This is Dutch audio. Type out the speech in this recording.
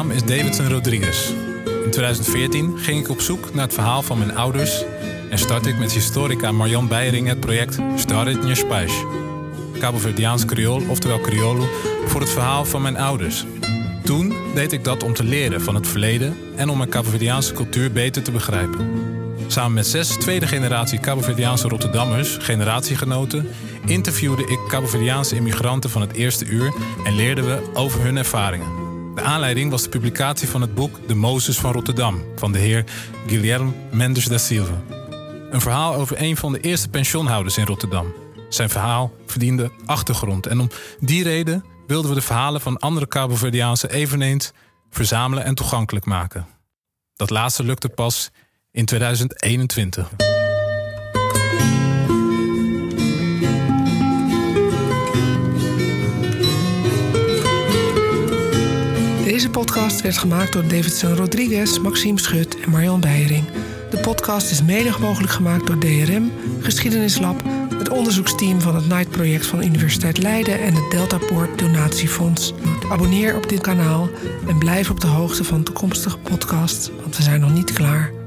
naam is Davidson Rodriguez. In 2014 ging ik op zoek naar het verhaal van mijn ouders en startte ik met historica Marjan Beiring het project Starit Njes Pais, Cabo-Verdiaans Creool, oftewel Criollo, voor het verhaal van mijn ouders. Toen deed ik dat om te leren van het verleden en om mijn Cabo-Verdiaanse cultuur beter te begrijpen. Samen met 6 tweede generatie Cabo-Verdiaanse Rotterdammers, generatiegenoten, interviewde ik Cabo-Verdiaanse immigranten van het eerste uur en leerden we over hun ervaringen. De aanleiding was de publicatie van het boek De Mozes van Rotterdam van de heer Guilherme Mendes da Silva. Een verhaal over een van de eerste pensioenhouders in Rotterdam. Zijn verhaal verdiende achtergrond en om die reden wilden we de verhalen van andere Cabo-Verdiaanse eveneens verzamelen en toegankelijk maken. Dat laatste lukte pas in 2021. Deze podcast werd gemaakt door Davidson Rodriguez, Maxime Schut en Marjan Beiring. De podcast is mede mogelijk gemaakt door DRM, Geschiedenislab, het onderzoeksteam van het Night-project van Universiteit Leiden en het Deltapoort Donatiefonds. Abonneer op dit kanaal en blijf op de hoogte van toekomstige podcasts, want we zijn nog niet klaar.